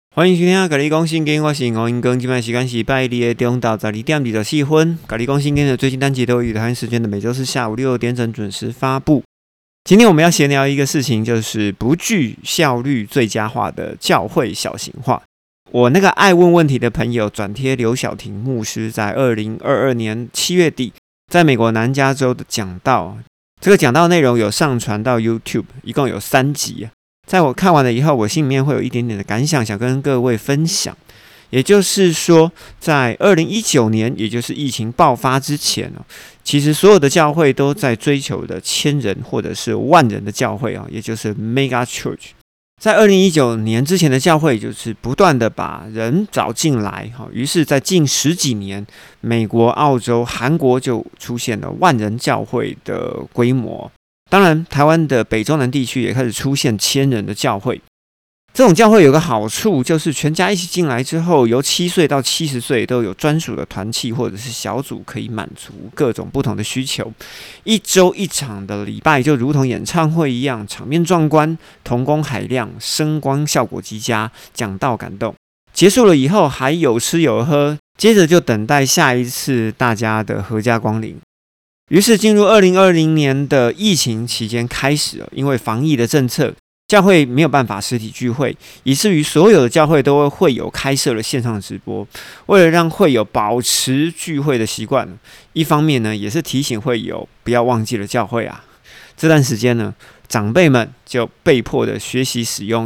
欢迎收听《甲你讲圣经》，我是吴英庚。今麦时间是拜日的中昼12点24分。甲你讲圣经的最新单集都于台湾时间的每周四下午6点整准时发布。今天我们要闲聊一个事情，就是不具效率最佳化的教会小型化。我那个爱问问题的朋友转贴刘晓婷牧师在2022年7月底在美国南加州的讲道，这个讲道内容有上传到 YouTube， 一共有3集。在我看完了以后，我心里面会有一点点的感想，想跟各位分享。也就是说，在2019年，也就是疫情爆发之前，其实所有的教会都在追求的1000人或者是万人的教会，也就是 Mega Church。在2019年之前的教会，就是不断的把人找进来，于是，在近10几年，美国、澳洲、韩国就出现了万人教会的规模。当然，台湾的北中南地区也开始出现1000人的教会。这种教会有个好处，就是全家一起进来之后，由7岁到70岁都有专属的团契或者是小组，可以满足各种不同的需求。1周1场的礼拜，就如同演唱会一样，场面壮观，同工海量，声光效果极佳，讲道感动。结束了以后，还有吃有喝，接着就等待下一次大家的合家光临。于是进入2020年的疫情期间开始，因为防疫的政策，教会没有办法实体聚会，以至于所有的教会都会有开设了线上直播。为了让会友保持聚会的习惯，一方面呢，也是提醒会友不要忘记了教会啊。这段时间呢，长辈们就被迫的学习使用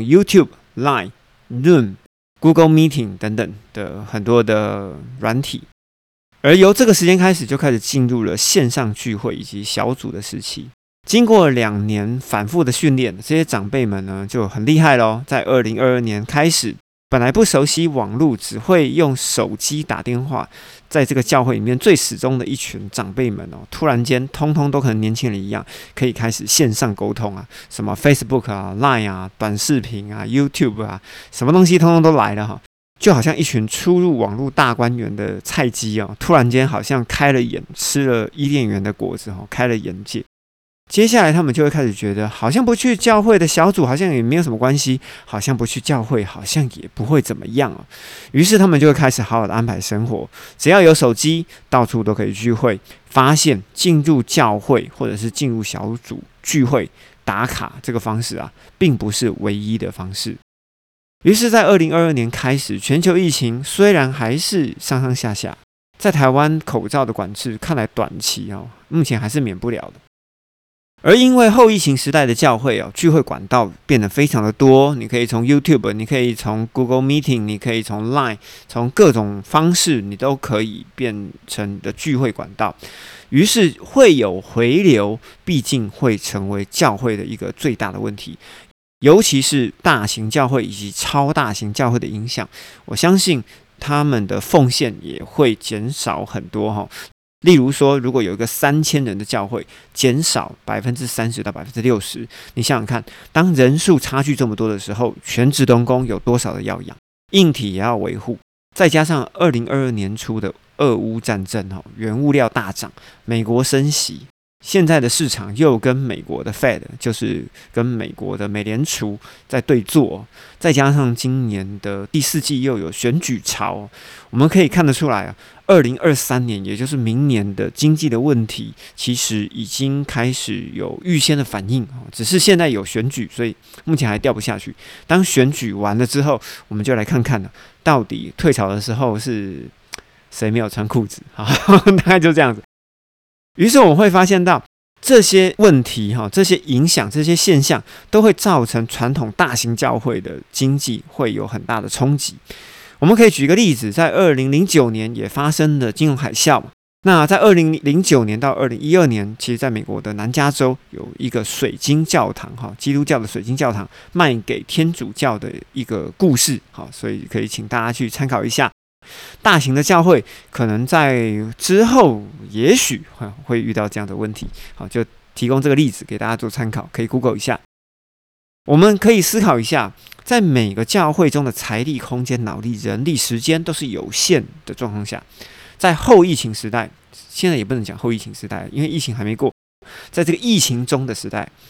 YouTube、Line、Zoom、Google Meeting 等等的很多的软体。而由这个时间开始，就开始进入了线上聚会以及小组的时期。经过2年反复的训练，这些长辈们呢就很厉害咯。在2022年开始，本来不熟悉网络，只会用手机打电话，在这个教会里面最始终的一群长辈们突然间通通都可能年轻人一样，可以开始线上沟通啊，什么 Facebook 啊、Line 啊、短视频啊、YouTube 啊，什么东西通通都来了就好像一群初入网络大观园的菜鸡突然间好像开了眼，吃了伊甸园的果子开了眼界。接下来他们就会开始觉得，好像不去教会的小组好像也没有什么关系，好像不去教会好像也不会怎么样于是他们就会开始好好的安排生活，只要有手机，到处都可以聚会。发现进入教会或者是进入小组聚会打卡这个方式并不是唯一的方式。于是在2022年开始，全球疫情虽然还是上上下下，在台湾口罩的管制看来短期目前还是免不了的。而因为后疫情时代的教会聚会管道变得非常的多，你可以从 YouTube， 你可以从 Google Meeting， 你可以从 Line， 从各种方式你都可以变成的聚会管道。于是会有回流，毕竟会成为教会的一个最大的问题。尤其是大型教会以及超大型教会的影响，我相信他们的奉献也会减少很多例如说，如果有一个3000人的教会，减少30%到60%，你想想看，当人数差距这么多的时候，全职同工有多少的要养，硬体也要维护，再加上2022年初的俄乌战争原物料大涨，美国升息。现在的市场又跟美国的 Fed， 就是跟美国的美联储在对坐，再加上今年的第4季又有选举潮，我们可以看得出来2023年，也就是明年的经济的问题，其实已经开始有预先的反应，只是现在有选举，所以目前还掉不下去。当选举完了之后，我们就来看看到底退潮的时候是谁没有穿裤子大概就这样子。于是我们会发现到这些问题这些影响，这些现象都会造成传统大型教会的经济会有很大的冲击。我们可以举个例子，在2009年也发生了金融海啸。那在2009年到2012年，其实在美国的南加州有一个水晶教堂基督教的水晶教堂卖给天主教的一个故事所以可以请大家去参考一下。大型的教会可能在之后也许会遇到这样的问题，就提供这个例子给大家做参考，可以 Google 一下。我们可以思考一下，在每个教会中的财力、空间、脑力、人力、时间都是有限的状况下，在后疫情时代，现在也不能讲后疫情时代，因为疫情还没过，在这个疫情中的时代，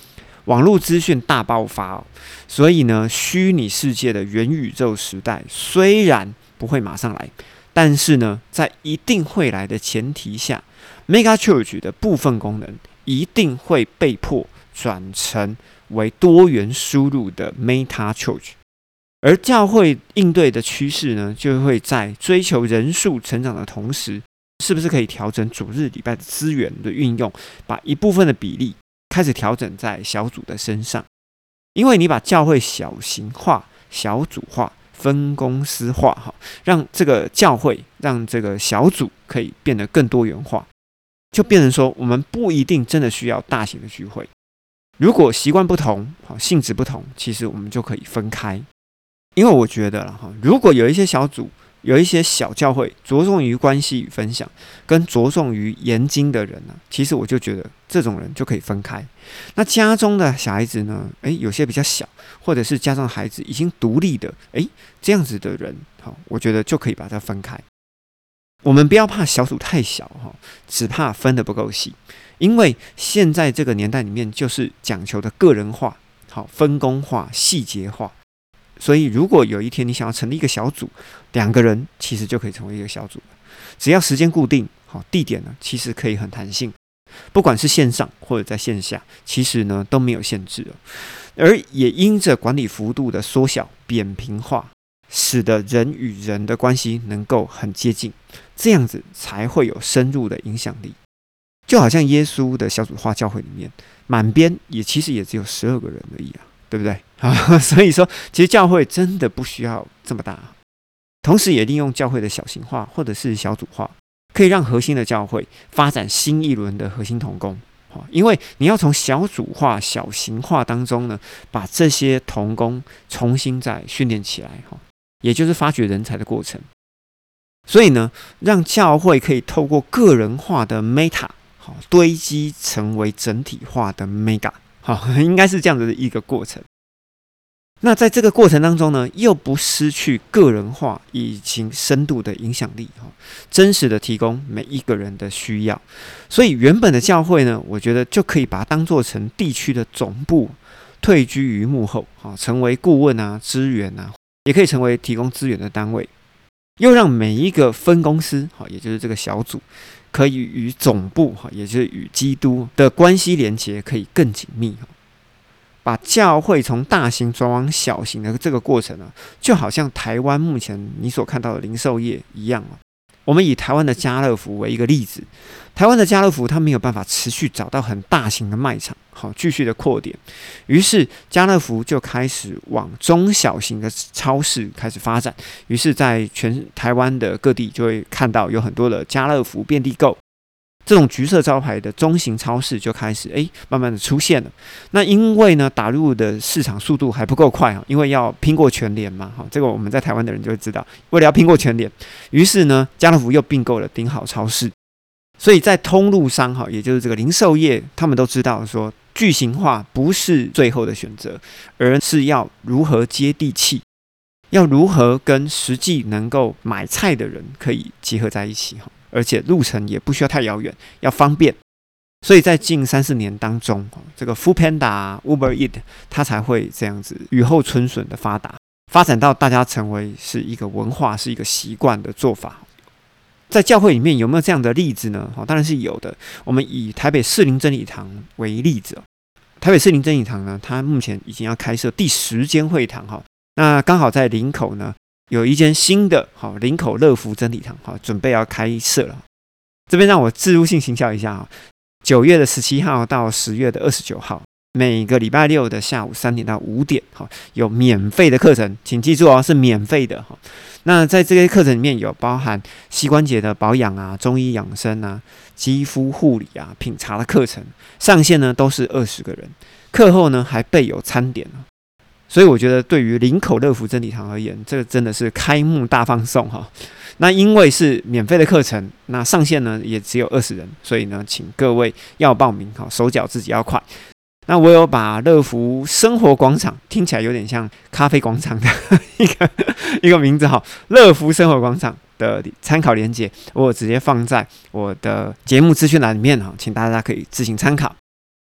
网络资讯大爆发哦，所以呢，虚拟世界的元宇宙时代虽然不会马上来，但是呢，在一定会来的前提下 ，Mega Church 的部分功能一定会被迫转成为多元输入的 Meta Church。而教会应对的趋势呢，就会在追求人数成长的同时，是不是可以调整主日礼拜的资源的运用，把一部分的比例开始调整在小组的身上？因为你把教会小型化、小组化、分公司化，让这个教会、让这个小组可以变得更多元化，就变成说，我们不一定真的需要大型的聚会。如果习惯不同、性质不同，其实我们就可以分开。因为我觉得啦，如果有一些小组、有一些小教会着重于关系与分享，跟着重于研经的人呢，其实我就觉得这种人就可以分开。那家中的小孩子呢，有些比较小，或者是家中的孩子已经独立的，这样子的人，我觉得就可以把它分开。我们不要怕小组太小，只怕分得不够细。因为现在这个年代里面，就是讲求的个人化、分工化、细节化。所以，如果有一天你想要成立一个小组，2个人其实就可以成为一个小组了。只要时间固定，地点呢其实可以很弹性，不管是线上或者在线下，其实呢都没有限制了。而也因着管理幅度的缩小、扁平化，使得人与人的关系能够很接近，这样子才会有深入的影响力。就好像耶稣的小组化教会里面，满编其实也只有12个人而已啊。对不对？所以说，其实教会真的不需要这么大，同时也利用教会的小型化或者是小组化，可以让核心的教会发展新一轮的核心同工。因为你要从小组化、小型化当中呢，把这些同工重新再训练起来，也就是发掘人才的过程。所以呢，让教会可以透过个人化的 Meta 堆积成为整体化的 Mega。应该是这样的一个过程。那在这个过程当中呢，又不失去个人化以及深度的影响力，真实的提供每一个人的需要。所以原本的教会呢，我觉得就可以把它当作成地区的总部，退居于幕后，成为顾问啊、资源啊，也可以成为提供资源的单位。又让每一个分公司，也就是这个小组，可以与总部，也就是与基督的关系连结可以更紧密。把教会从大型转往小型的这个过程呢，就好像台湾目前你所看到的零售业一样。我们以台湾的家乐福为一个例子，台湾的家乐福它没有办法持续找到很大型的卖场，继续的扩点，于是家乐福就开始往中小型的超市开始发展，于是在全台湾的各地就会看到有很多的家乐福便利购这种橘色招牌的中型超市就开始慢慢的出现了。那因为呢打入的市场速度还不够快，因为要拼过全联嘛，这个我们在台湾的人就会知道，为了要拼过全联，于是呢家乐福又并购了顶好超市。所以在通路商也就是这个零售业，他们都知道说巨型化不是最后的选择，而是要如何接地气，要如何跟实际能够买菜的人可以结合在一起，而且路程也不需要太遥远，要方便。所以在近3-4年当中，这个 Foodpanda、Uber Eats 它才会这样子雨后春笋的发达，发展到大家成为是一个文化、是一个习惯的做法。在教会里面有没有这样的例子呢？当然是有的。我们以台北士林真理堂为例子，台北士林真理堂呢，它目前已经要开设第10间会堂，那刚好在林口呢有一间新的林口乐福真理堂准备要开设了。这边让我置入性行销一下，9月17号到10月29号，每个礼拜六的下午3点到5点，有免费的课程，请记住是免费的。那在这些课程里面有包含膝关节的保养啊、中医养生啊、肌肤护理啊、品茶的课程，上线呢都是20个人，课后呢还备有餐点。所以我觉得对于林口乐福真理堂而言，这个真的是开幕大放送那因为是免费的课程，那上线呢也只有20人，所以呢请各位要报名手脚自己要快。那我有把乐福生活广场，听起来有点像咖啡广场的一个名字乐福生活广场的参考连结，我有直接放在我的节目资讯栏里面请大家可以自行参考。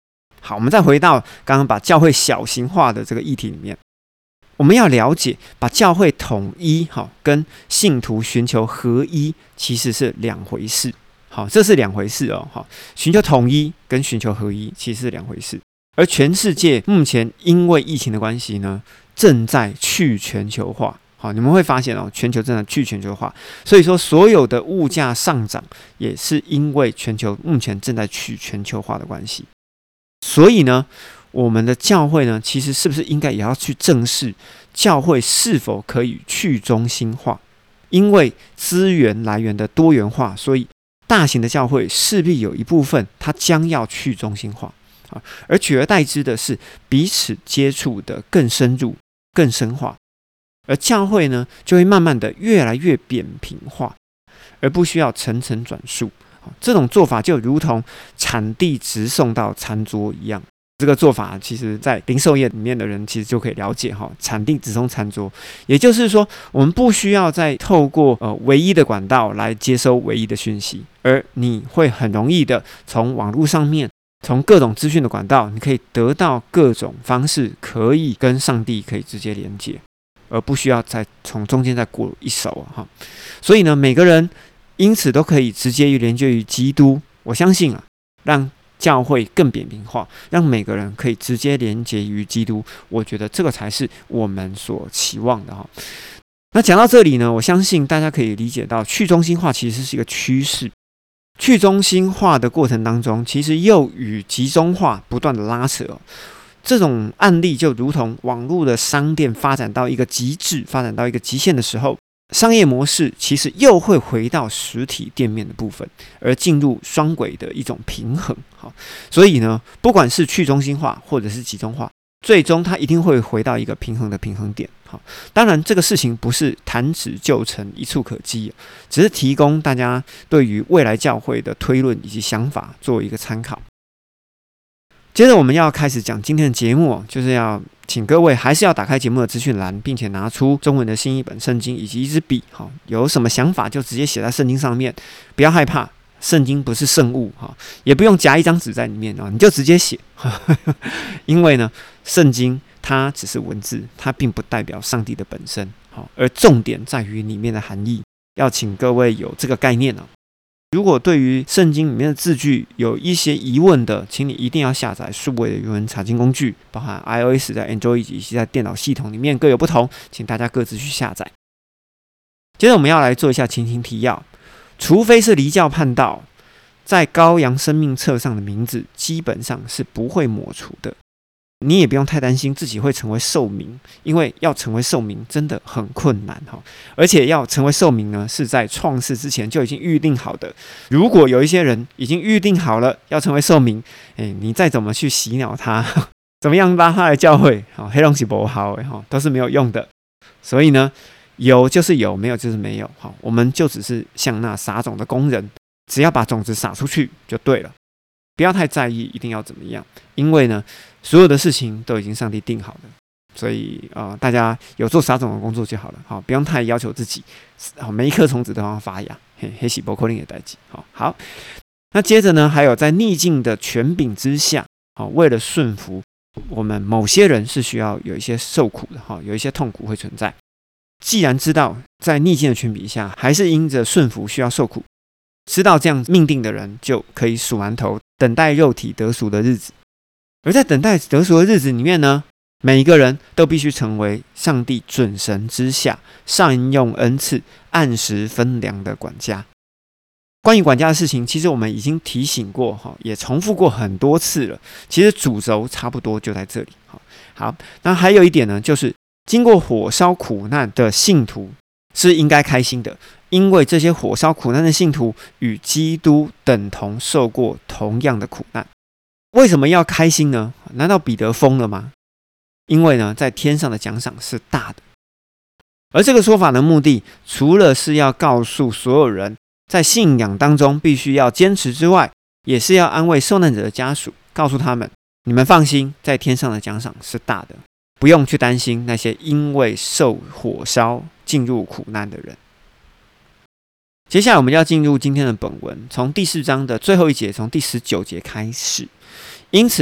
好，我们再回到刚刚把教会小型化的这个议题里面，我们要了解把教会统一跟信徒寻求合一其实是两回事。好，这是两回事哦。好，寻求统一跟寻求合一其实是两回事。而全世界目前因为疫情的关系呢，正在去全球化。好，你们会发现全球正在去全球化，所以说所有的物价上涨也是因为全球目前正在去全球化的关系。所以呢，我们的教会呢，其实是不是应该也要去正视教会是否可以去中心化？因为资源来源的多元化，所以大型的教会势必有一部分它将要去中心化。而取而代之的是彼此接触的更深入、更深化，而教会呢就会慢慢的越来越扁平化，而不需要层层转述。这种做法就如同产地直送到餐桌一样。这个做法其实在零售业里面的人其实就可以了解产地直送餐桌，也就是说我们不需要再透过唯一的管道来接收唯一的讯息，而你会很容易的从网络上面，从各种资讯的管道，你可以得到各种方式，可以跟上帝可以直接连接，而不需要再从中间再过一手所以呢，每个人因此都可以直接连接于基督。我相信让教会更扁平化，让每个人可以直接连接于基督，我觉得这个才是我们所期望的那讲到这里呢，我相信大家可以理解到，去中心化其实是一个趋势。去中心化的过程当中，其实又与集中化不断的拉扯这种案例就如同网络的商店发展到一个极致、发展到一个极限的时候，商业模式其实又会回到实体店面的部分，而进入双轨的一种平衡。所以呢，不管是去中心化或者是集中化，最终它一定会回到一个平衡的平衡点。当然这个事情不是弹指就成、一触可及，只是提供大家对于未来教会的推论以及想法做一个参考。接着我们要开始讲今天的节目，就是要请各位还是要打开节目的资讯栏，并且拿出中文的新译本圣经以及一支笔，有什么想法就直接写在圣经上面，不要害怕，圣经不是圣物，也不用夹一张纸在里面，你就直接写因为呢，圣经它只是文字，它并不代表上帝的本身，而重点在于里面的含义，要请各位有这个概念。如果对于圣经里面的字句有一些疑问的，请你一定要下载数位的原文查经工具，包含 iOS 在 Android 以及在电脑系统里面各有不同，请大家各自去下载。接着我们要来做一下前情提要，除非是离教叛道，在羔羊生命册上的名字基本上是不会抹除的。你也不用太担心自己会成为兽民，因为要成为兽民真的很困难而且要成为兽民呢，是在创世之前就已经预定好的。如果有一些人已经预定好了要成为兽民，你再怎么去洗脑他，怎么样拉他来教会，黑东西不好都是没有用的。所以呢，有就是有，没有就是没有。我们就只是像那撒种的工人，只要把种子撒出去就对了，不要太在意一定要怎么样，因为呢，所有的事情都已经上帝定好的。所以大家有做撒种的工作就好了，不用太要求自己，每一颗种子都要发芽，黑是不可能的代志。好，那接着呢，还有在逆境的权柄之下，为了顺服，我们某些人是需要有一些受苦的，有一些痛苦会存在。既然知道在逆境的权柄下，还是因着顺服需要受苦，知道这样命定的人，就可以数馒头，等待肉体得赎的日子。而在等待得赎的日子里面呢，每一个人都必须成为上帝准绳之下善用恩赐、按时分粮的管家。关于管家的事情，其实我们已经提醒过，也重复过很多次了。其实主轴差不多就在这里。好，那还有一点呢，就是经过火烧苦难的信徒是应该开心的，因为这些火烧苦难的信徒与基督等同受过同样的苦难。为什么要开心呢？难道彼得疯了吗？因为呢，在天上的奖赏是大的。而这个说法的目的，除了是要告诉所有人在信仰当中必须要坚持之外，也是要安慰受难者的家属，告诉他们，你们放心，在天上的奖赏是大的，不用去担心那些因为受火烧进入苦难的人。接下来我们要进入今天的本文，从第4章的最后一节，从第19节开始。因此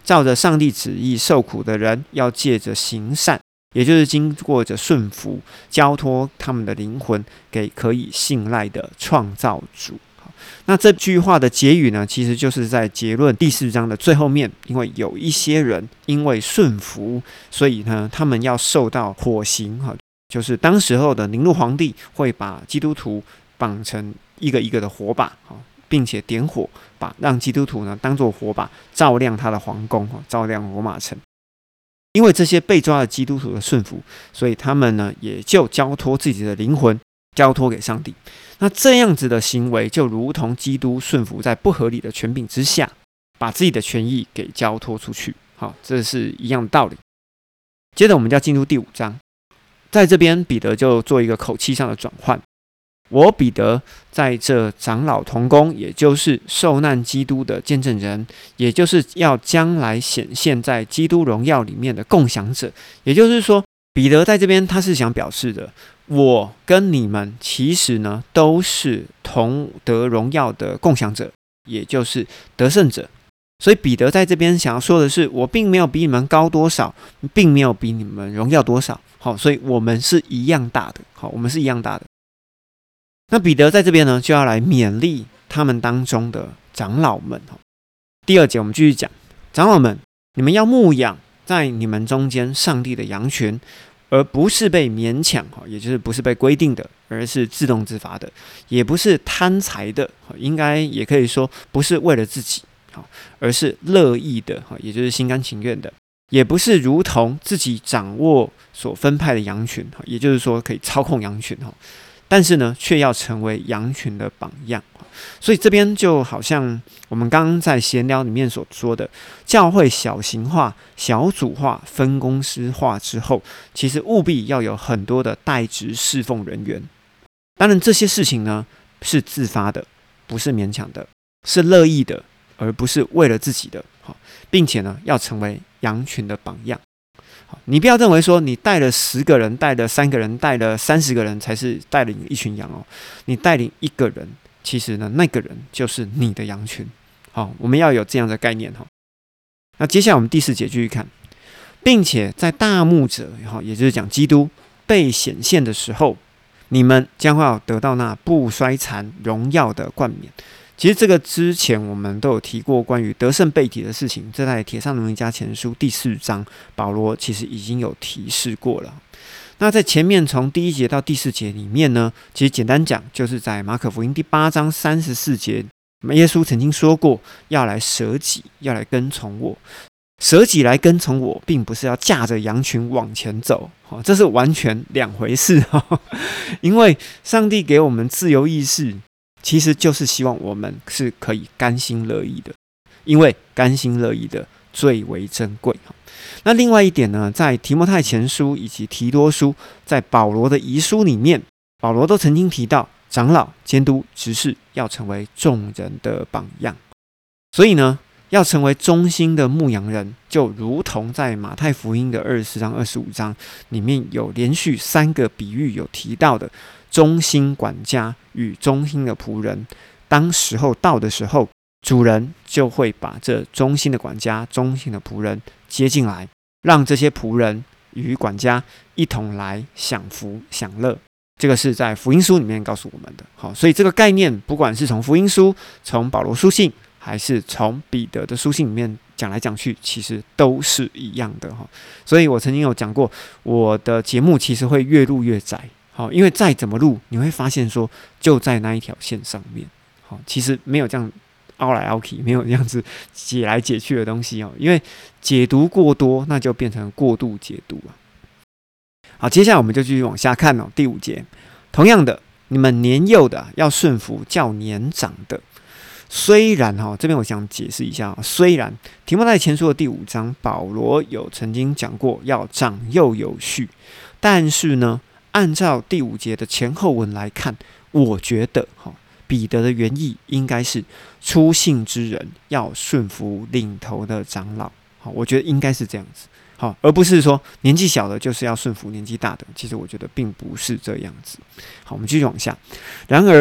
照着上帝旨意受苦的人，要借着行善，也就是经过着顺服，交托他们的灵魂给可以信赖的创造主。那这句话的结语呢，其实就是在结论第4章的最后面，因为有一些人因为顺服，所以呢，他们要受到火刑，就是当时候的宁禄皇帝会把基督徒绑成一个一个的火把，并且点火，让基督徒呢当作火把照亮他的皇宫，照亮罗马城。因为这些被抓的基督徒的顺服，所以他们呢也就交托自己的灵魂，交托给上帝。那这样子的行为，就如同基督顺服在不合理的权柄之下，把自己的权益给交托出去。好，这是一样的道理。接着我们就要进入第5章，在这边彼得就做一个口气上的转换。我彼得在这长老同工，也就是受难基督的见证人，也就是要将来显现在基督荣耀里面的共享者。也就是说，彼得在这边他是想表示的，我跟你们其实呢都是同得荣耀的共享者，也就是得胜者。所以彼得在这边想要说的是，我并没有比你们高多少，并没有比你们荣耀多少。好，所以我们是一样大的。好，我们是一样大的。那彼得在这边呢，就要来勉励他们当中的长老们。第2节我们继续讲，长老们，你们要牧养在你们中间上帝的羊群，而不是被勉强，也就是不是被规定的，而是自动自发的，也不是贪财的，应该也可以说不是为了自己，而是乐意的，也就是心甘情愿的，也不是如同自己掌握所分派的羊群，也就是说可以操控羊群，但是呢，却要成为羊群的榜样。所以这边就好像我们刚刚在闲聊里面所说的，教会小型化、小组化、分公司化之后，其实务必要有很多的代职侍奉人员。当然，这些事情呢是自发的，不是勉强的，是乐意的，而不是为了自己的，并且呢，要成为羊群的榜样。你不要认为说你带了10个人、带了3个人、带了30个人才是带领一群羊哦。你带领1个人，其实呢，那个人就是你的羊群。好，我们要有这样的概念哈。那接下来我们第4节继续看，并且在大牧者，也就是讲基督被显现的时候，你们将要得到那不衰残荣耀的冠冕。其实这个之前我们都有提过关于得胜被提的事情，这在帖撒罗尼迦前书第4章，保罗其实已经有提示过了。那在前面从第1节到第4节里面呢，其实简单讲，就是在马可福音第8章34节，耶稣曾经说过，要来舍己，要来跟从我。舍己来跟从我，并不是要驾着羊群往前走，这是完全2回事。因为上帝给我们自由意识，其实就是希望我们是可以甘心乐意的，因为甘心乐意的最为珍贵。那另外一点呢，在提摩太前书以及提多书，在保罗的遗书里面，保罗都曾经提到，长老、监督、执事要成为众人的榜样。所以呢，要成为忠心的牧羊人，就如同在马太福音的24章、25章里面有连续3个比喻有提到的，忠心管家与忠心的仆人，当时候到的时候，主人就会把这忠心的管家、忠心的仆人接进来，让这些仆人与管家一同来享福享乐。这个是在福音书里面告诉我们的。好，所以这个概念，不管是从福音书、从保罗书信，还是从彼得的书信里面讲来讲去，其实都是一样的。所以我曾经有讲过，我的节目其实会越录越窄。好，因为再怎么录，你会发现说就在那一条线上面。好，其实没有这样凹来凹去，没有这样子解来解去的东西哦。因为解读过多，那就变成过度解读啊。好，接下来我们就继续往下看哦。第5节，同样的，你们年幼的要顺服较年长的。虽然这边我想解释一下，虽然提摩太前书的第5章，保罗有曾经讲过要长幼有序，但是呢，按照第5节的前后文来看，我觉得彼得的原意应该是初信之人要顺服领头的长老。我觉得应该是这样子，而不是说年纪小的就是要顺服年纪大的。其实我觉得并不是这样子。好，我们继续往下。然而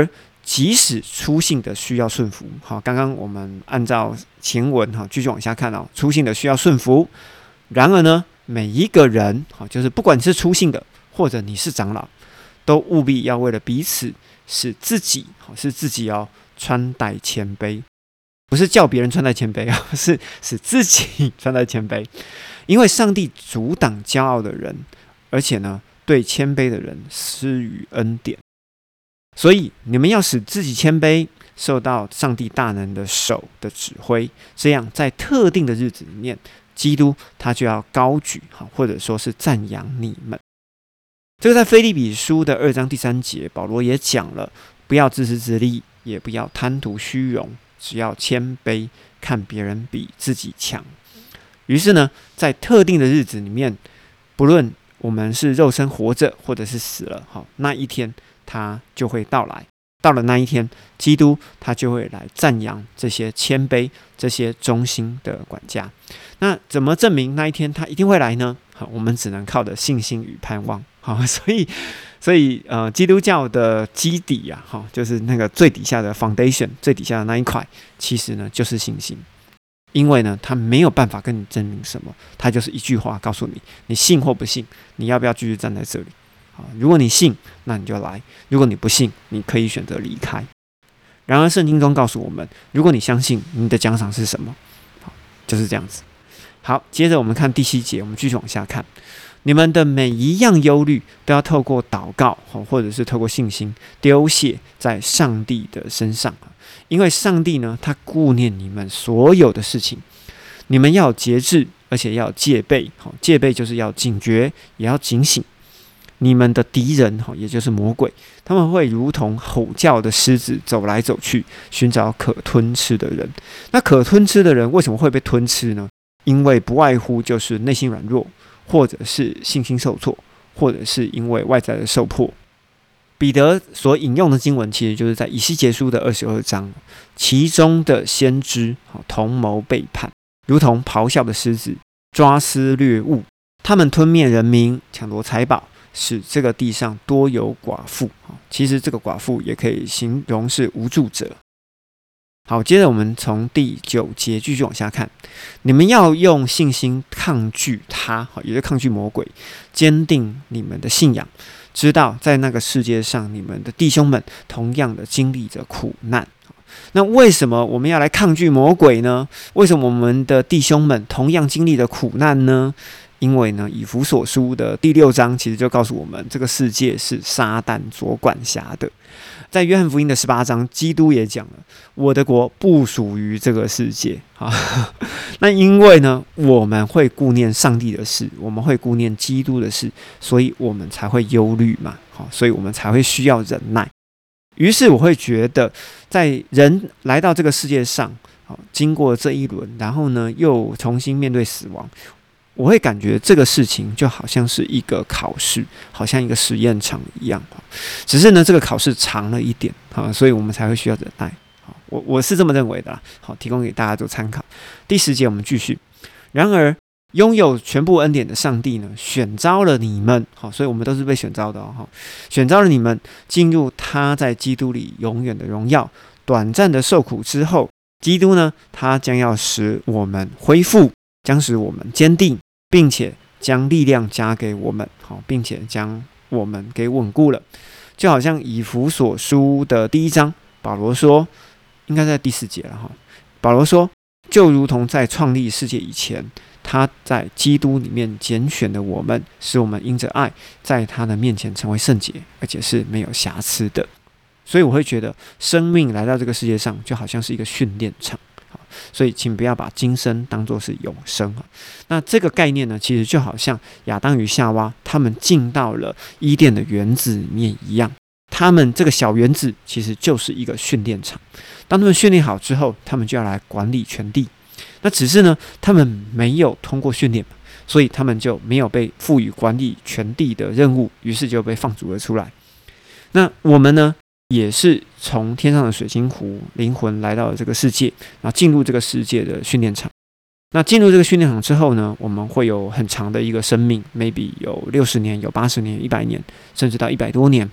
即使粗信的需要顺服，好，刚刚我们按照前文继续往下看哦，粗信的需要顺服。然而呢，每一个人就是不管你是粗信的，或者你是长老，都务必要为了彼此使自己穿戴谦卑，不是叫别人穿戴谦卑啊，是使自己穿戴谦卑。因为上帝阻挡骄傲的人，而且呢，对谦卑的人施予恩典。所以你们要使自己谦卑，受到上帝大能的手的指挥，这样在特定的日子里面，基督他就要高举，或者说是赞扬你们。这个在腓立比书的2章第3节，保罗也讲了，不要自私自利，也不要贪图虚荣，只要谦卑，看别人比自己强。于是呢，在特定的日子里面，不论我们是肉身活着或者是死了，那一天他就会到来。到了那一天，基督他就会来赞扬这些谦卑、这些忠心的管家。那怎么证明那一天他一定会来呢？我们只能靠着信心与盼望。所以基督教的基底啊，就是那个最底下的 foundation， 最底下的那一块，其实呢就是信心。因为呢，他没有办法跟你证明什么，他就是一句话告诉你：你信或不信，你要不要继续站在这里？如果你信，那你就来；如果你不信，你可以选择离开。然而，圣经中告诉我们，如果你相信，你的奖赏是什么？就是这样子。好，接着我们看第7节，我们继续往下看。你们的每一样忧虑，都要透过祷告，或者是透过信心，丢卸在上帝的身上。因为上帝呢，他顾念你们所有的事情。你们要有节制，而且要有戒备。戒备就是要警觉，也要警醒。你们的敌人，也就是魔鬼，他们会如同吼叫的狮子走来走去，寻找可吞吃的人。那可吞吃的人为什么会被吞吃呢？因为不外乎就是内心软弱，或者是信心受挫，或者是因为外在的受迫。彼得所引用的经文其实就是在以西结书的22章，其中的先知同谋背叛，如同咆哮的狮子，抓撕掠物，他们吞灭人民，抢夺财宝，使这个地上多有寡妇。其实这个寡妇也可以形容是无助者。好，接着我们从第9节继续往下看。你们要用信心抗拒他，也就是抗拒魔鬼，坚定你们的信仰，知道在那个世界上，你们的弟兄们同样的经历着苦难。那为什么我们要来抗拒魔鬼呢？为什么我们的弟兄们同样经历着苦难呢？因为呢，以弗所书的第6章其实就告诉我们，这个世界是撒旦所管辖的。在约翰福音的18章，基督也讲了，我的国不属于这个世界。那因为呢，我们会顾念上帝的事，我们会顾念基督的事，所以我们才会忧虑嘛。所以我们才会需要忍耐。于是我会觉得，在人来到这个世界上，经过这一轮，然后呢，又重新面对死亡，我会感觉这个事情就好像是一个考试，好像一个实验场一样。只是呢，这个考试长了一点，所以我们才会需要忍耐。我是这么认为的啦。好，提供给大家做参考。第10节我们继续。然而，拥有全部恩典的上帝呢，选召了你们，所以我们都是被选召的哦。选召了你们进入他在基督里永远的荣耀。短暂的受苦之后，基督呢，他将要使我们恢复，将使我们坚定，并且将力量加给我们，并且将我们给稳固了。就好像以弗所书的第1章，保罗说，应该在第4节了。保罗说，就如同在创立世界以前，他在基督里面拣选的我们，使我们因着爱，在他的面前成为圣洁，而且是没有瑕疵的。所以我会觉得，生命来到这个世界上，就好像是一个训练场。所以请不要把今生当作是永生。那这个概念呢，其实就好像亚当与夏娃他们进到了伊甸的园子里面一样，他们这个小园子其实就是一个训练场。当他们训练好之后，他们就要来管理全地。那只是呢，他们没有通过训练，所以他们就没有被赋予管理全地的任务，于是就被放逐了出来。那我们呢，也是从天上的水晶湖灵魂来到了这个世界，然后进入这个世界的训练场。那进入这个训练场之后呢，我们会有很长的一个生命 ，maybe 有60年、有80年、100年，甚至到100多年。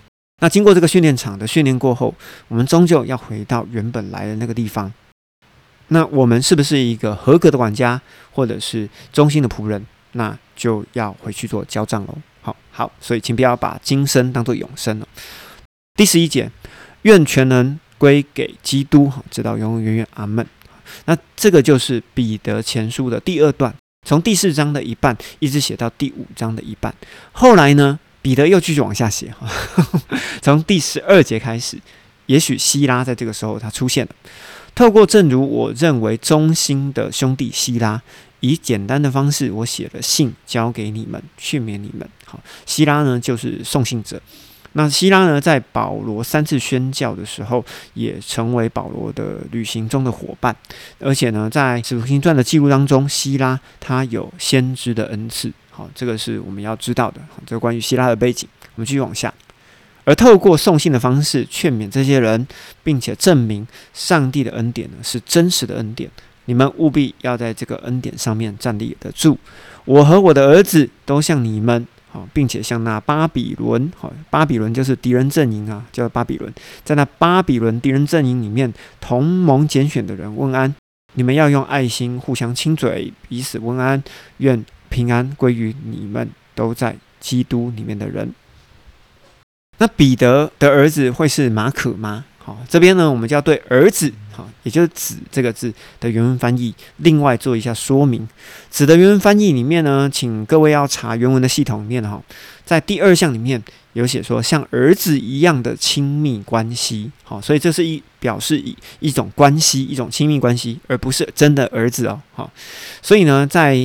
那经过这个训练场的训练过后，我们终究要回到原本来的那个地方。那我们是不是一个合格的管家，或者是忠心的仆人？那就要回去做交账喽。好，所以请不要把今生当作永生了。第11节，愿全能归给基督，直到永永远远，阿们。那这个就是彼得前书的第2段，从第4章的一半一直写到第5章的一半。后来呢，彼得又继续往下写，从第12节开始，也许希拉在这个时候他出现了。透过正如我认为忠心的兄弟希拉，以简单的方式，我写了信交给你们，劝勉你们。好，希拉呢就是送信者。那希拉呢，在保罗3次宣教的时候，也成为保罗的旅行中的伙伴。而且呢，在使徒行传的记录当中，希拉他有先知的恩赐。好，这个是我们要知道的。好，这个关于希拉的背景，我们继续往下。而透过送信的方式劝勉这些人，并且证明上帝的恩典呢是真实的恩典。你们务必要在这个恩典上面站立得住。我和我的儿子都像你们，并且像那巴比伦，巴比伦就是敌人阵营啊，叫巴比伦，在那巴比伦敌人阵营里面同盟拣选的人问安。你们要用爱心互相亲嘴，彼此问安。愿平安归于你们都在基督里面的人。那彼得的儿子会是马可吗？好，这边呢，我们就要对儿子，也就是子这个字的原文翻译，另外做一下说明。子的原文翻译里面呢，请各位要查原文的系统里面，在第2项里面有写说像儿子一样的亲密关系。好，所以这是表示一种关系，一种亲密关系，而不是真的儿子哦。好，所以呢，在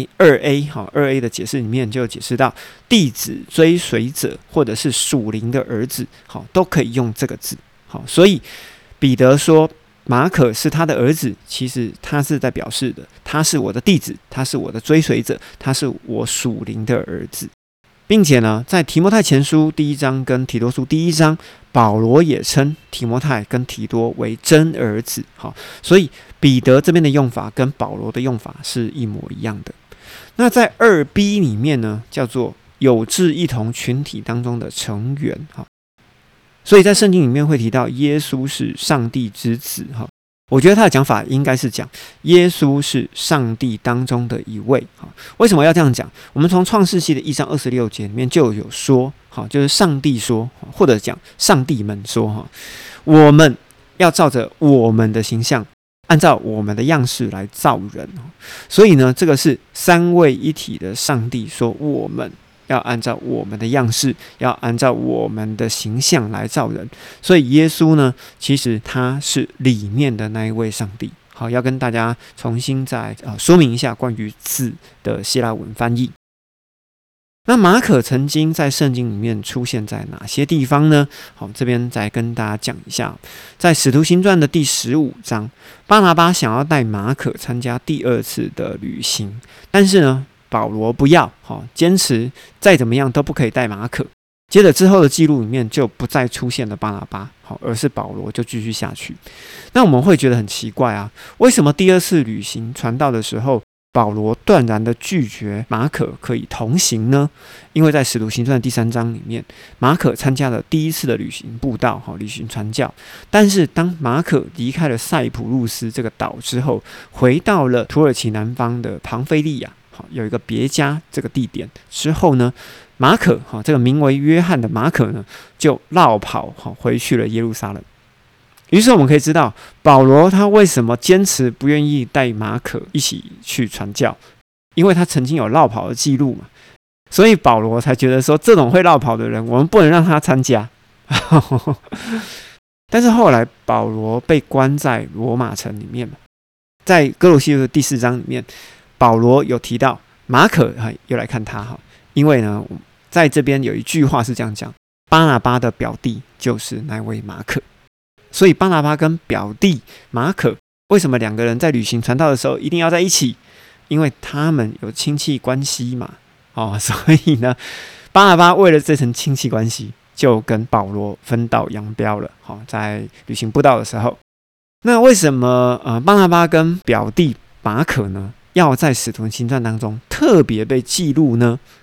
2A 的解释里面就解释到弟子、追随者或者是属灵的儿子，好，都可以用这个字。好，所以彼得说马可是他的儿子，其实他是在表示的，他是我的弟子，他是我的追随者，他是我属灵的儿子。并且呢，在提摩太前书第1章跟提多书第1章，保罗也称提摩太跟提多为真儿子。好，所以彼得这边的用法跟保罗的用法是一模一样的。那在2B 里面呢，叫做有志一同群体当中的成员。所以在圣经里面会提到耶稣是上帝之子。我觉得他的讲法应该是讲耶稣是上帝当中的一位。为什么要这样讲？我们从创世纪的1章26节里面就有说，就是上帝说，或者讲上帝们说，我们要照着我们的形象，按照我们的样式来造人。所以呢，这个是3位一体的上帝说，我们要按照我们的样式，要按照我们的形象来造人。所以耶稣呢，其实他是里面的那一位上帝。好，要跟大家重新再说明一下关于字的希腊文翻译。那马可曾经在圣经里面出现在哪些地方呢？好，这边再跟大家讲一下，在使徒行传的第15章，巴拿巴想要带马可参加第2次的旅行，但是呢，保罗不要，坚持再怎么样都不可以带马可。接着之后的记录里面就不再出现了巴拿巴，而是保罗就继续下去。那我们会觉得很奇怪啊，为什么第2次旅行传道的时候，保罗断然的拒绝马可可以同行呢？因为在使徒行传第3章里面，马可参加了第1次的旅行布道，旅行传教。但是当马可离开了塞浦路斯这个岛之后，回到了土耳其南方的庞菲利亚，有一个别家这个地点之后呢，马可这个名为约翰的马可呢，就绕跑回去了耶路撒冷。于是我们可以知道，保罗他为什么坚持不愿意带马可一起去传教，因为他曾经有绕跑的记录嘛，所以保罗才觉得说，这种会绕跑的人，我们不能让他参加。但是后来保罗被关在罗马城里面嘛，在哥罗西书的第4章里面，保罗有提到马可又来看他，因为呢，在这边有一句话是这样讲：巴拿巴的表弟就是那位马可。所以巴拿巴跟表弟马可，为什么2个人在旅行传道的时候一定要在一起？因为他们有亲戚关系嘛。所以呢，巴拿巴为了这层亲戚关系，就跟保罗分道扬镳了。在旅行布道的时候，那为什么巴拿巴跟表弟马可呢，要在使徒行传当中特别被记录呢？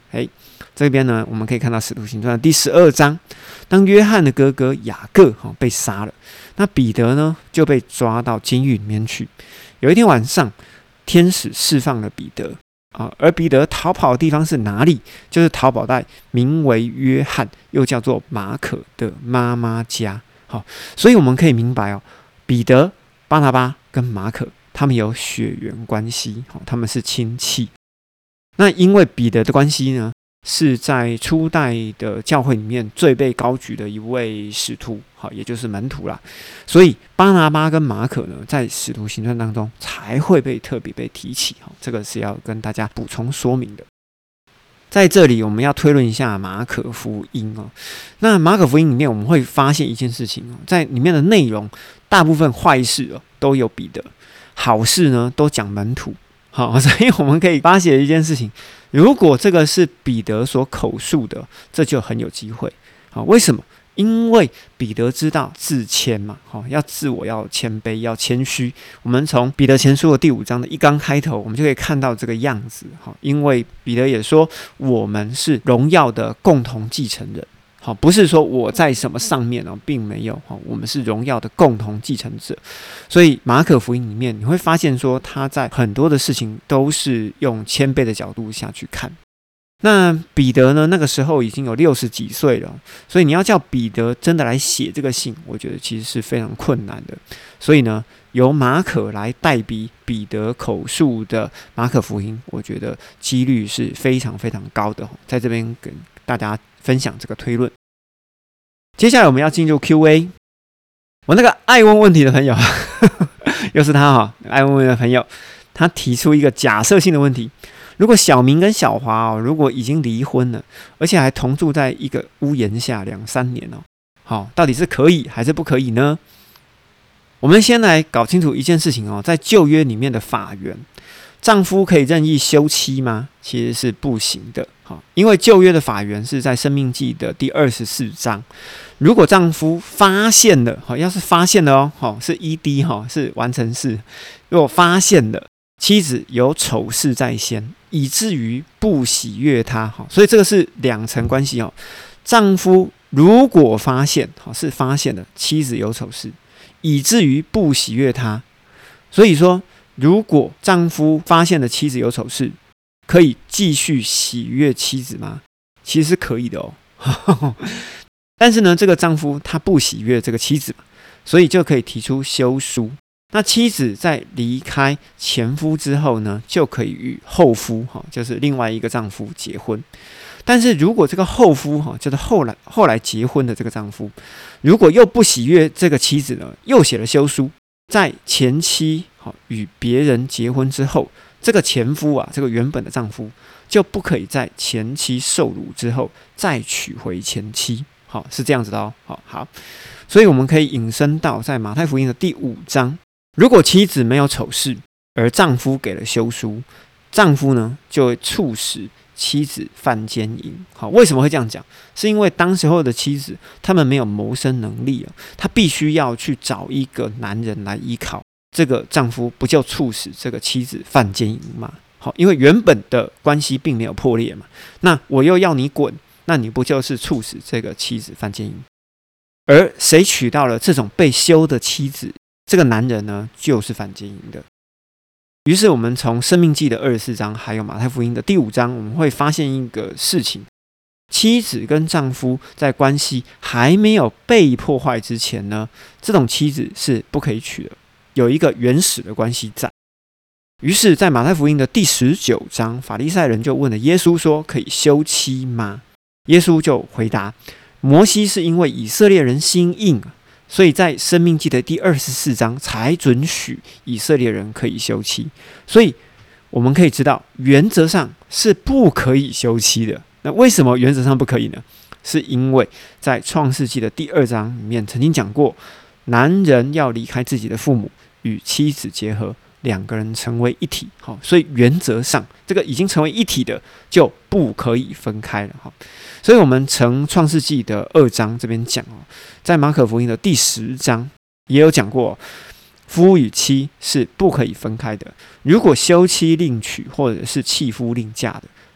这边呢，我们可以看到《使徒行传》的第12章，当约翰的哥哥雅各被杀了，那彼得呢就被抓到监狱里面去。有一天晚上，天使释放了彼得而彼得逃跑的地方是哪里？就是逃跑在名为约翰，又叫做马可的妈妈家。所以我们可以明白彼得、巴拿巴跟马可他们有血缘关系，他们是亲戚。那因为彼得的关系呢，是在初代的教会里面最被高举的一位使徒，也就是门徒啦。所以巴拿巴跟马可呢，在使徒行传当中才会特别被提起，这个是要跟大家补充说明的。在这里我们要推论一下马可福音那马可福音里面我们会发现一件事情在里面的内容，大部分坏事都有彼得，好事呢都讲门徒。所以我们可以发现一件事情，如果这个是彼得所口述的，这就很有机会。为什么？因为彼得知道自谦嘛，要自我，要谦卑，要谦虚。我们从彼得前书的第5章的一章开头，我们就可以看到这个样子。因为彼得也说，我们是荣耀的共同继承人。不是说我在什么上面并没有，我们是荣耀的共同继承者。所以马可福音里面你会发现说，他在很多的事情都是用谦卑的角度下去看。那彼得呢，那个时候已经有60几岁了，所以你要叫彼得真的来写这个信，我觉得其实是非常困难的。所以呢，由马可来代笔彼得口述的马可福音，我觉得几率是非常非常高的，在这边跟大家分享这个推论。接下来我们要进入 Q&A。 我那个爱问问题的朋友又是他爱问问题的朋友，他提出一个假设性的问题：如果小明跟小华如果已经离婚了，而且还同住在一个屋檐下2-3年到底是可以还是不可以呢？我们先来搞清楚一件事情在旧约里面的法源，丈夫可以任意休妻吗？其实是不行的，因为旧约的法源是在申命记的第24章。如果丈夫发现了，要是发现了是 ED 是完成式，如果发现了妻子有丑事在先，以至于不喜悦他，所以这个是2层关系丈夫如果发现是发现了妻子有丑事，以至于不喜悦他，所以说如果丈夫发现了妻子有丑事，可以继续喜悦妻子吗？其实是可以的但是呢，这个丈夫他不喜悦这个妻子嘛，所以就可以提出休书。那妻子在离开前夫之后呢，就可以与后夫就是另外一个丈夫结婚。但是如果这个后夫就是后来结婚的这个丈夫，如果又不喜悦这个妻子呢，又写了休书，在前妻与别人结婚之后，这个前夫这个原本的丈夫就不可以在前妻受辱之后再娶回前妻，是这样子的好，所以我们可以引申到在马太福音的第5章，如果妻子没有丑事，而丈夫给了休书，丈夫呢就会促使妻子犯奸淫。为什么会这样讲？是因为当时候的妻子他们没有谋生能力他必须要去找一个男人来依靠，这个丈夫不就促使这个妻子犯奸淫吗？因为原本的关系并没有破裂嘛，那我又要你滚，那你不就是促使这个妻子犯奸淫？而谁娶到了这种被休的妻子，这个男人呢就是犯奸淫的。于是我们从申命记的24章还有马太福音的第5章，我们会发现一个事情：妻子跟丈夫在关系还没有被破坏之前呢，这种妻子是不可以娶的，有一个原始的关系在。于是在马太福音的第19章，法利赛人就问了耶稣说：可以休妻吗？耶稣就回答：摩西是因为以色列人心硬，所以在申命记的第24章才准许以色列人可以休妻。所以我们可以知道，原则上是不可以休妻的。那为什么原则上不可以呢？是因为在创世纪的第2章里面曾经讲过，男人要离开自己的父母，与妻子结合，2个人成为一体。所以原则上这个已经成为一体的就不可以分开了。所以我们从创世纪的2章这边讲在马可福音的第10章也有讲过，夫与妻是不可以分开的。如果休妻另娶或者是弃夫另嫁的，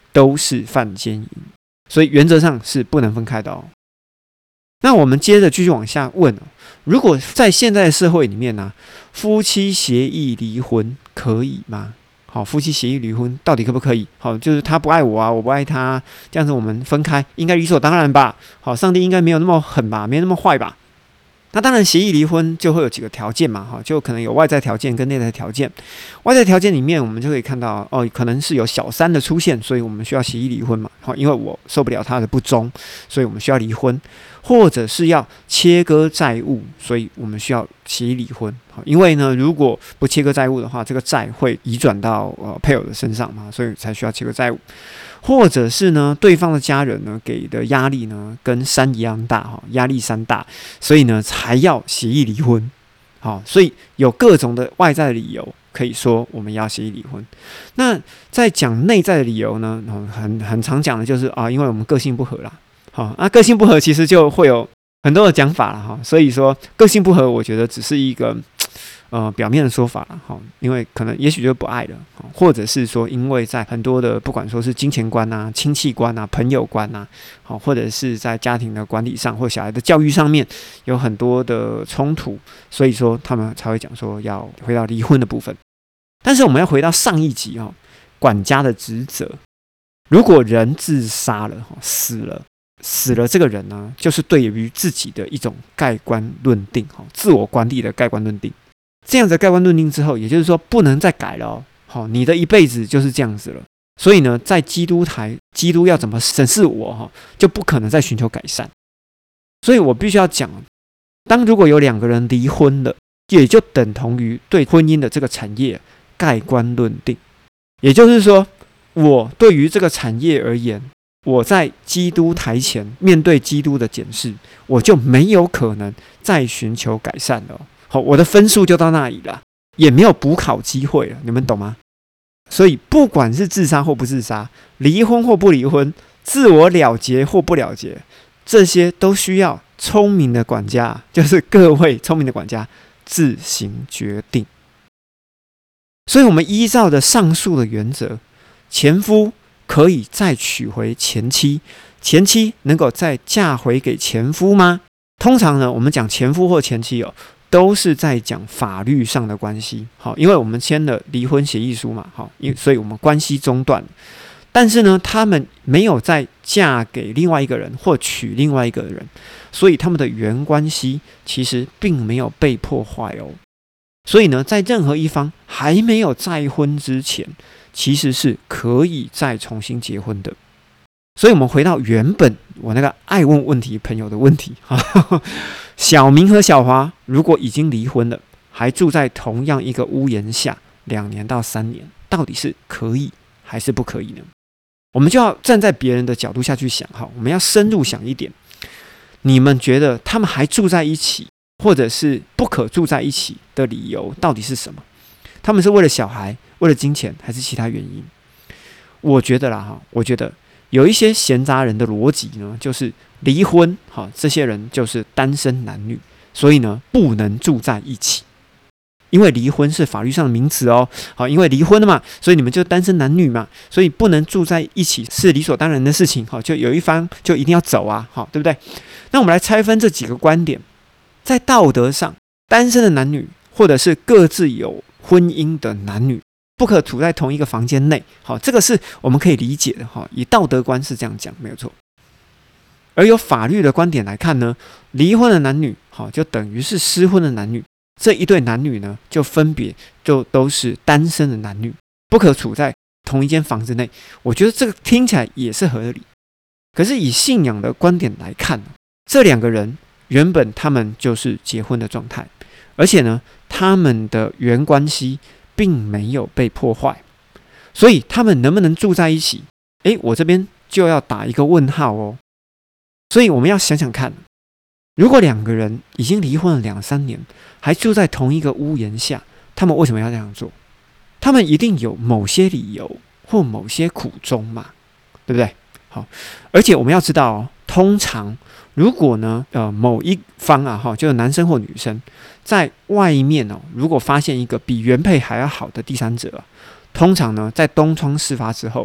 都是犯奸淫，所以原则上是不能分开的哦。那我们接着继续往下问，如果在现在的社会里面呢，夫妻协议离婚可以吗？好，夫妻协议离婚到底可不可以？好，就是他不爱我啊，我不爱他，这样子我们分开，应该理所当然吧？好，上帝应该没有那么狠吧，没那么坏吧？那当然，协议离婚就会有几个条件嘛，哈，就可能有外在条件跟内在条件。外在条件里面，我们就可以看到，可能是有小三的出现，所以我们需要协议离婚嘛，好，因为我受不了他的不忠，所以我们需要离婚，或者是要切割债务，所以我们需要协议离婚。好，因为呢，如果不切割债务的话，这个债会移转到配偶的身上嘛，所以才需要切割债务。或者是呢，对方的家人呢给的压力呢跟山一样大，压力山大，所以呢才要协议离婚。好，所以有各种的外在的理由，可以说我们要协议离婚。那在讲内在的理由呢，很常讲的就是因为我们个性不合啦。好，那个性不合其实就会有很多的讲法了哈。所以说个性不合，我觉得只是一个表面的说法了哈，因为可能也许就不爱了，或者是说因为在很多的不管说是金钱观啊、亲戚观啊、朋友观啊，好，或者是在家庭的管理上或小孩的教育上面有很多的冲突，所以说他们才会讲说要回到离婚的部分。但是我们要回到上一集管家的职责，如果人自杀了死了这个人呢，就是对于自己的一种盖棺论定，自我管理的盖棺论定。这样子盖棺论定之后，也就是说不能再改了哦。好，你的一辈子就是这样子了。所以呢，在基督台，基督要怎么审视我就不可能再寻求改善。所以我必须要讲，如果有两个人离婚了，也就等同于对婚姻的这个产业盖棺论定。也就是说，我对于这个产业而言，我在基督台前面对基督的检视，我就没有可能再寻求改善了。好，我的分数就到那里了，也没有补考机会了，你们懂吗？所以不管是自杀或不自杀，离婚或不离婚，自我了结或不了结，这些都需要聪明的管家，就是各位聪明的管家自行决定。所以我们依照的上述的原则，前夫可以再娶回前妻，前妻能够再嫁回给前夫吗？通常呢，我们讲前夫或前妻都是在讲法律上的关系，好，因为我们签了离婚协议书嘛，好，所以我们关系中断。但是呢，他们没有再嫁给另外一个人或娶另外一个人，所以他们的原关系其实并没有被破坏哦。所以呢，在任何一方还没有再婚之前，其实是可以再重新结婚的。所以我们回到原本我那个爱问问题朋友的问题，小明和小华如果已经离婚了，还住在同样一个屋檐下2年到3年，到底是可以还是不可以呢？我们就要站在别人的角度下去想，我们要深入想一点。你们觉得他们还住在一起，或者是不可住在一起的理由到底是什么？他们是为了小孩、为了金钱，还是其他原因？我觉得有一些闲杂人的逻辑呢，就是离婚，这些人就是单身男女，所以呢不能住在一起，因为离婚是法律上的名词哦。好，因为离婚了嘛，所以你们就单身男女嘛，所以不能住在一起是理所当然的事情。好，就有一方就一定要走啊，好，对不对？那我们来拆分这几个观点，在道德上，单身的男女或者是各自有婚姻的男女，不可处在同一个房间内，好，这个是我们可以理解的，以道德观是这样讲，没有错。而由法律的观点来看呢，离婚的男女，就等于是失婚的男女，这一对男女呢，就分别就都是单身的男女，不可处在同一间房子内。我觉得这个听起来也是合理。可是以信仰的观点来看，这两个人原本他们就是结婚的状态，而且呢，他们的原关系并没有被破坏，所以他们能不能住在一起？我这边就要打一个问号哦。所以我们要想想看，如果两个人已经离婚了2-3年，还住在同一个屋檐下，他们为什么要这样做？他们一定有某些理由或某些苦衷嘛，对不对？好，而且我们要知道通常如果呢某一方就是男生或女生在外面如果发现一个比原配还要好的第三者，通常呢在东窗事发之后，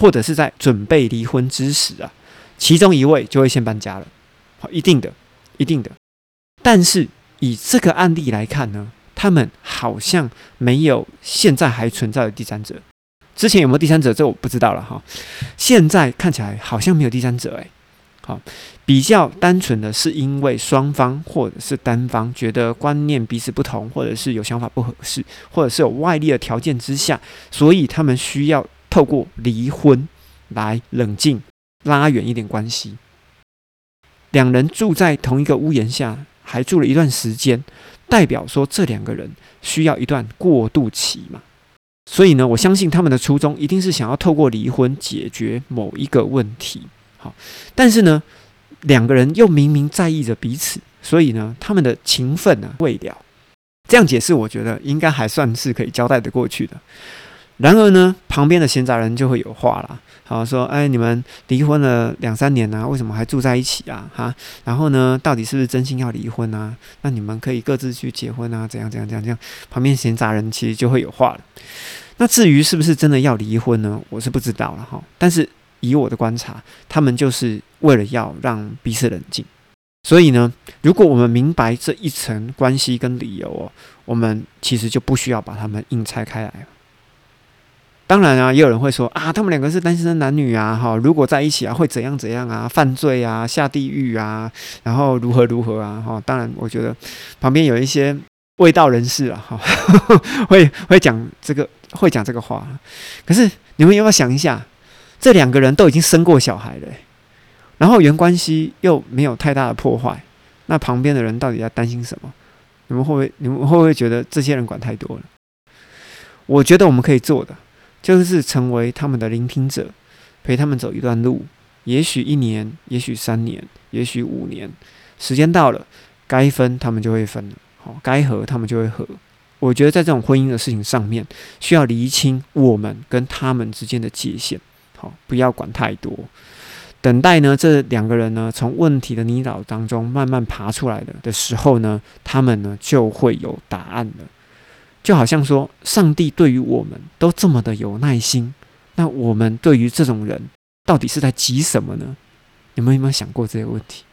或者是在准备离婚之时啊，其中一位就会先搬家了，一定的，一定的。但是以这个案例来看呢，他们好像没有现在还存在的第三者。之前有没有第三者，这我不知道了哈。现在看起来好像没有第三者好，比较单纯的是因为双方或者是单方觉得观念彼此不同，或者是有想法不合适，或者是有外力的条件之下，所以他们需要透过离婚来冷静，拉远一点关系。两人住在同一个屋檐下，还住了一段时间，代表说这两个人需要一段过渡期嘛。所以呢，我相信他们的初衷一定是想要透过离婚解决某一个问题。好，但是呢，两个人又明明在意着彼此，所以呢，他们的情分呢未了。这样解释，我觉得应该还算是可以交代得过去的。然而呢，旁边的闲杂人就会有话啦，好说，你们离婚了2-3年啊，为什么还住在一起啊？哈，然后呢，到底是不是真心要离婚啊？那你们可以各自去结婚啊，怎样？旁边闲杂人其实就会有话了。那至于是不是真的要离婚呢？我是不知道了哈。但是以我的观察，他们就是为了要让彼此冷静。所以呢，如果我们明白这一层关系跟理由我们其实就不需要把他们硬拆开来。当然啊，也有人会说啊，他们两个是单身男女啊，如果在一起啊，会怎样啊，犯罪啊，下地狱啊，然后如何啊，当然，我觉得旁边有一些卫道人士啊，会讲这个话。可是你们有没有想一下，这两个人都已经生过小孩了，然后原关系又没有太大的破坏，那旁边的人到底在担心什么？你们会不会觉得这些人管太多了？我觉得我们可以做的，就是成为他们的聆听者，陪他们走一段路，也许1年，也许3年，也许5年，时间到了，该分他们就会分了，该合他们就会合。我觉得在这种婚姻的事情上面，需要厘清我们跟他们之间的界限，不要管太多。等待呢，这两个人呢，从问题的泥沼当中慢慢爬出来的时候呢，他们呢就会有答案了。就好像说，上帝对于我们都这么的有耐心，那我们对于这种人，到底是在急什么呢？你们有没有想过这些问题？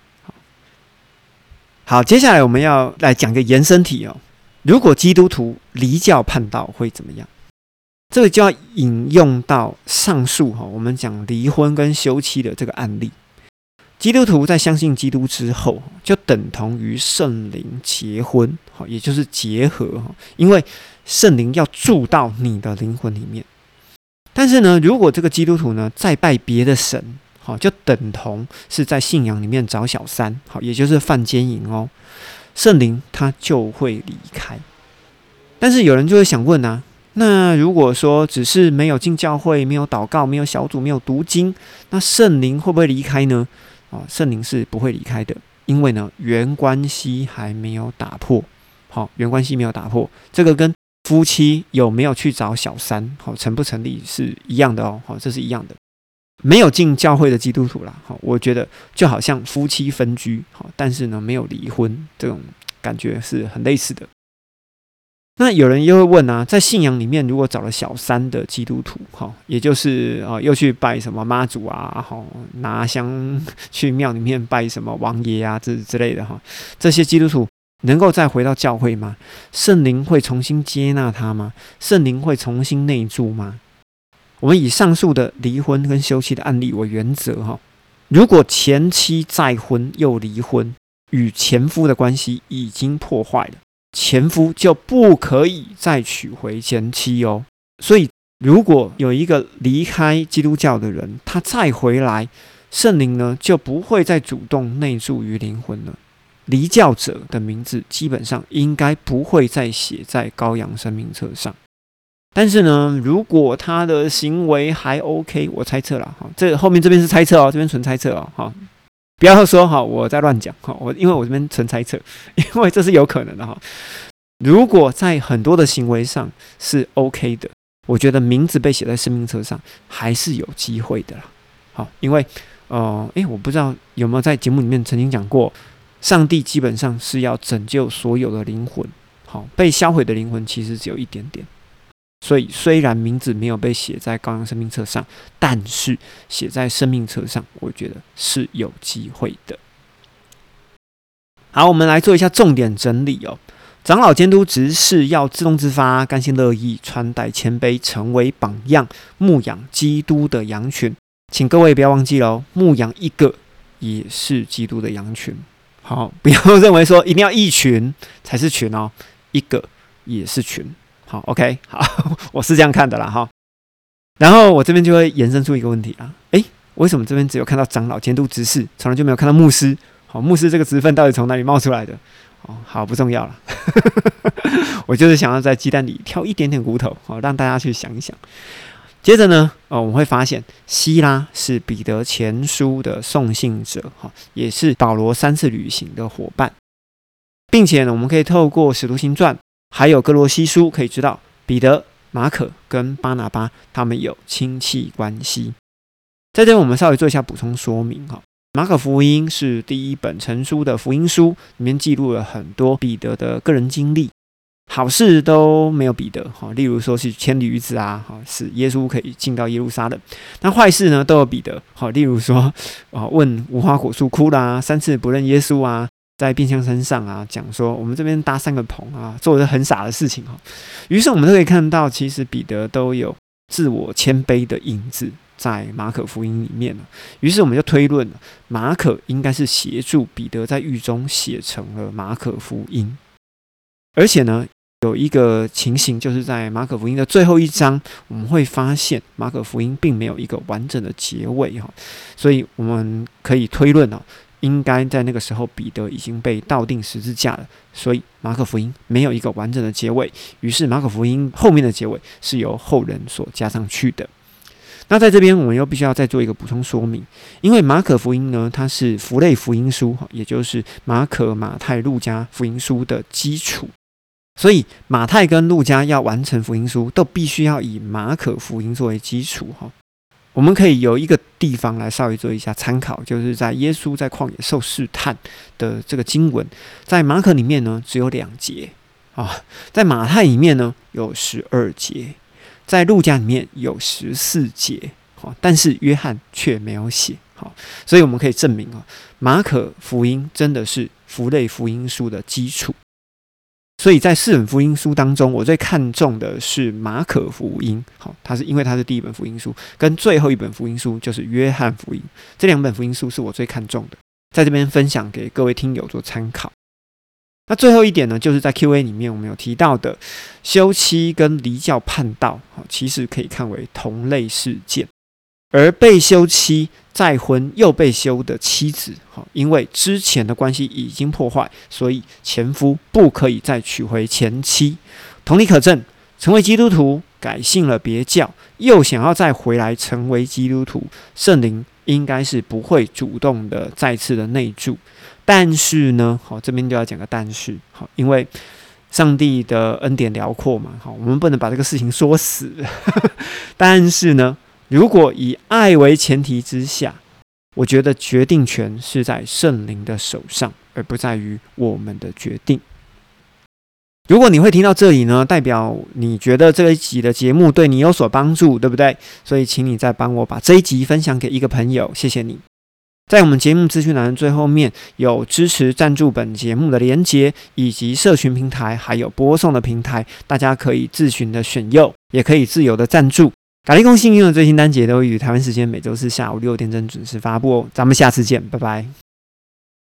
好，接下来我们要来讲个延伸题如果基督徒离教叛道会怎么样？这个就要引用到上述我们讲离婚跟休妻的这个案例。基督徒在相信基督之后，就等同于圣灵结婚，也就是结合，因为圣灵要住到你的灵魂里面。但是呢，如果这个基督徒呢再拜别的神，就等同是在信仰里面找小三，也就是犯奸淫圣灵他就会离开。但是有人就会想问啊，那如果说只是没有进教会，没有祷告，没有小组，没有读经，那圣灵会不会离开呢？圣灵是不会离开的，因为呢，原关系还没有打破。原关系没有打破，这个跟夫妻有没有去找小三，成不成立是一样的这是一样的。没有进教会的基督徒啦，我觉得就好像夫妻分居，但是呢没有离婚，这种感觉是很类似的。那有人又会问啊，在信仰里面，如果找了小三的基督徒，也就是又去拜什么妈祖啊，拿香去庙里面拜什么王爷啊之类的这些基督徒能够再回到教会吗？圣灵会重新接纳他吗？圣灵会重新内住吗？我们以上述的离婚跟休妻的案例为原则如果前妻再婚又离婚，与前夫的关系已经破坏了，前夫就不可以再娶回前妻所以如果有一个离开基督教的人，他再回来，圣灵呢就不会再主动内住于灵魂了。离教者的名字基本上应该不会再写在羔羊生命册上。但是呢，如果他的行为还 OK， 我猜测啦这后面这边是猜测这边纯猜测不要说我在乱讲因为我这边纯猜测，因为这是有可能的如果在很多的行为上是 OK 的，我觉得名字被写在生命册上还是有机会的啦。因为我不知道有没有在节目里面曾经讲过，上帝基本上是要拯救所有的灵魂，被销毁的灵魂其实只有一点点。 所以虽然名字没有被写在羔羊生命册上，但是写在生命册上，我觉得是有机会的。好，我们来做一下重点整理哦。长老监督执事要自动自发、甘心乐意、穿戴谦卑，成为榜样，牧养基督的羊群。请各位不要忘记了，牧养一个也是基督的羊群。好，不要认为说一定要一群才是群哦，一个也是群。好 ，OK， 好，我是这样看的啦哈。然后我这边就会延伸出一个问题啦，为什么这边只有看到长老、监督、执事，从来就没有看到牧师？好，牧师这个职分到底从哪里冒出来的？好，不重要了。我就是想要在鸡蛋里挑一点点骨头，让大家去想一想。接着呢，我们会发现希拉是彼得前书的送信者，也是保罗3次旅行的伙伴，并且呢，我们可以透过使徒行传还有哥罗西书可以知道，彼得、马可跟巴拿巴他们有亲戚关系。在这边我们稍微做一下补充说明哈。马可福音是第一本成书的福音书，里面记录了很多彼得的个人经历。好事都没有彼得，例如说是牵驴子啊，使耶稣可以进到耶路撒冷。那坏事呢都有彼得，例如说问无花果树哭啦，3次不认耶稣啊，在变相身上啊讲说我们这边搭3个棚啊，做了很傻的事情。于是我们都可以看到，其实彼得都有自我谦卑的影子在马可福音里面了。于是我们就推论了，马可应该是协助彼得在狱中写成了马可福音。而且呢，有一个情形，就是在马可福音的最后一章，我们会发现马可福音并没有一个完整的结尾，所以我们可以推论应该在那个时候彼得已经被倒钉十字架了，所以马可福音没有一个完整的结尾。于是马可福音后面的结尾是由后人所加上去的。那在这边我们又必须要再做一个补充说明，因为马可福音呢，它是符类福音书，也就是马可、马太、路加福音书的基础，所以马太跟路加要完成福音书，都必须要以马可福音作为基础。我们可以有一个地方来稍微做一下参考，就是在耶稣在旷野受试探的这个经文，在马可里面呢只有2节，在马太里面呢有12节，在路加里面有14节，但是约翰却没有写。所以我们可以证明马可福音真的是符类福音书的基础。所以在4本福音书当中，我最看重的是马可福音，因为它是第一本福音书，跟最后一本福音书就是约翰福音，这2本福音书是我最看重的，在这边分享给各位听友做参考。那最后一点呢，就是在 Q&A 里面我们有提到的休妻跟离教叛道，其实可以看为同类事件。而被休妻再婚又被休的妻子，因为之前的关系已经破坏，所以前夫不可以再娶回前妻。同理可证，成为基督徒改信了别教，又想要再回来成为基督徒，圣灵应该是不会主动的再次的内住。但是呢，这边就要讲个但是，因为上帝的恩典辽阔嘛，我们不能把这个事情说死。但是呢，如果以爱为前提之下，我觉得决定权是在圣灵的手上，而不在于我们的决定。如果你会听到这里呢，代表你觉得这一集的节目对你有所帮助，对不对？所以请你再帮我把这一集分享给一个朋友，谢谢你。在我们节目资讯栏最后面有支持赞助本节目的连结，以及社群平台还有播送的平台，大家可以自行的选用，也可以自由的赞助。咖喱公信用的最新单节都于台湾时间每周四下午6点整准时发布哦，咱们下次见，拜拜。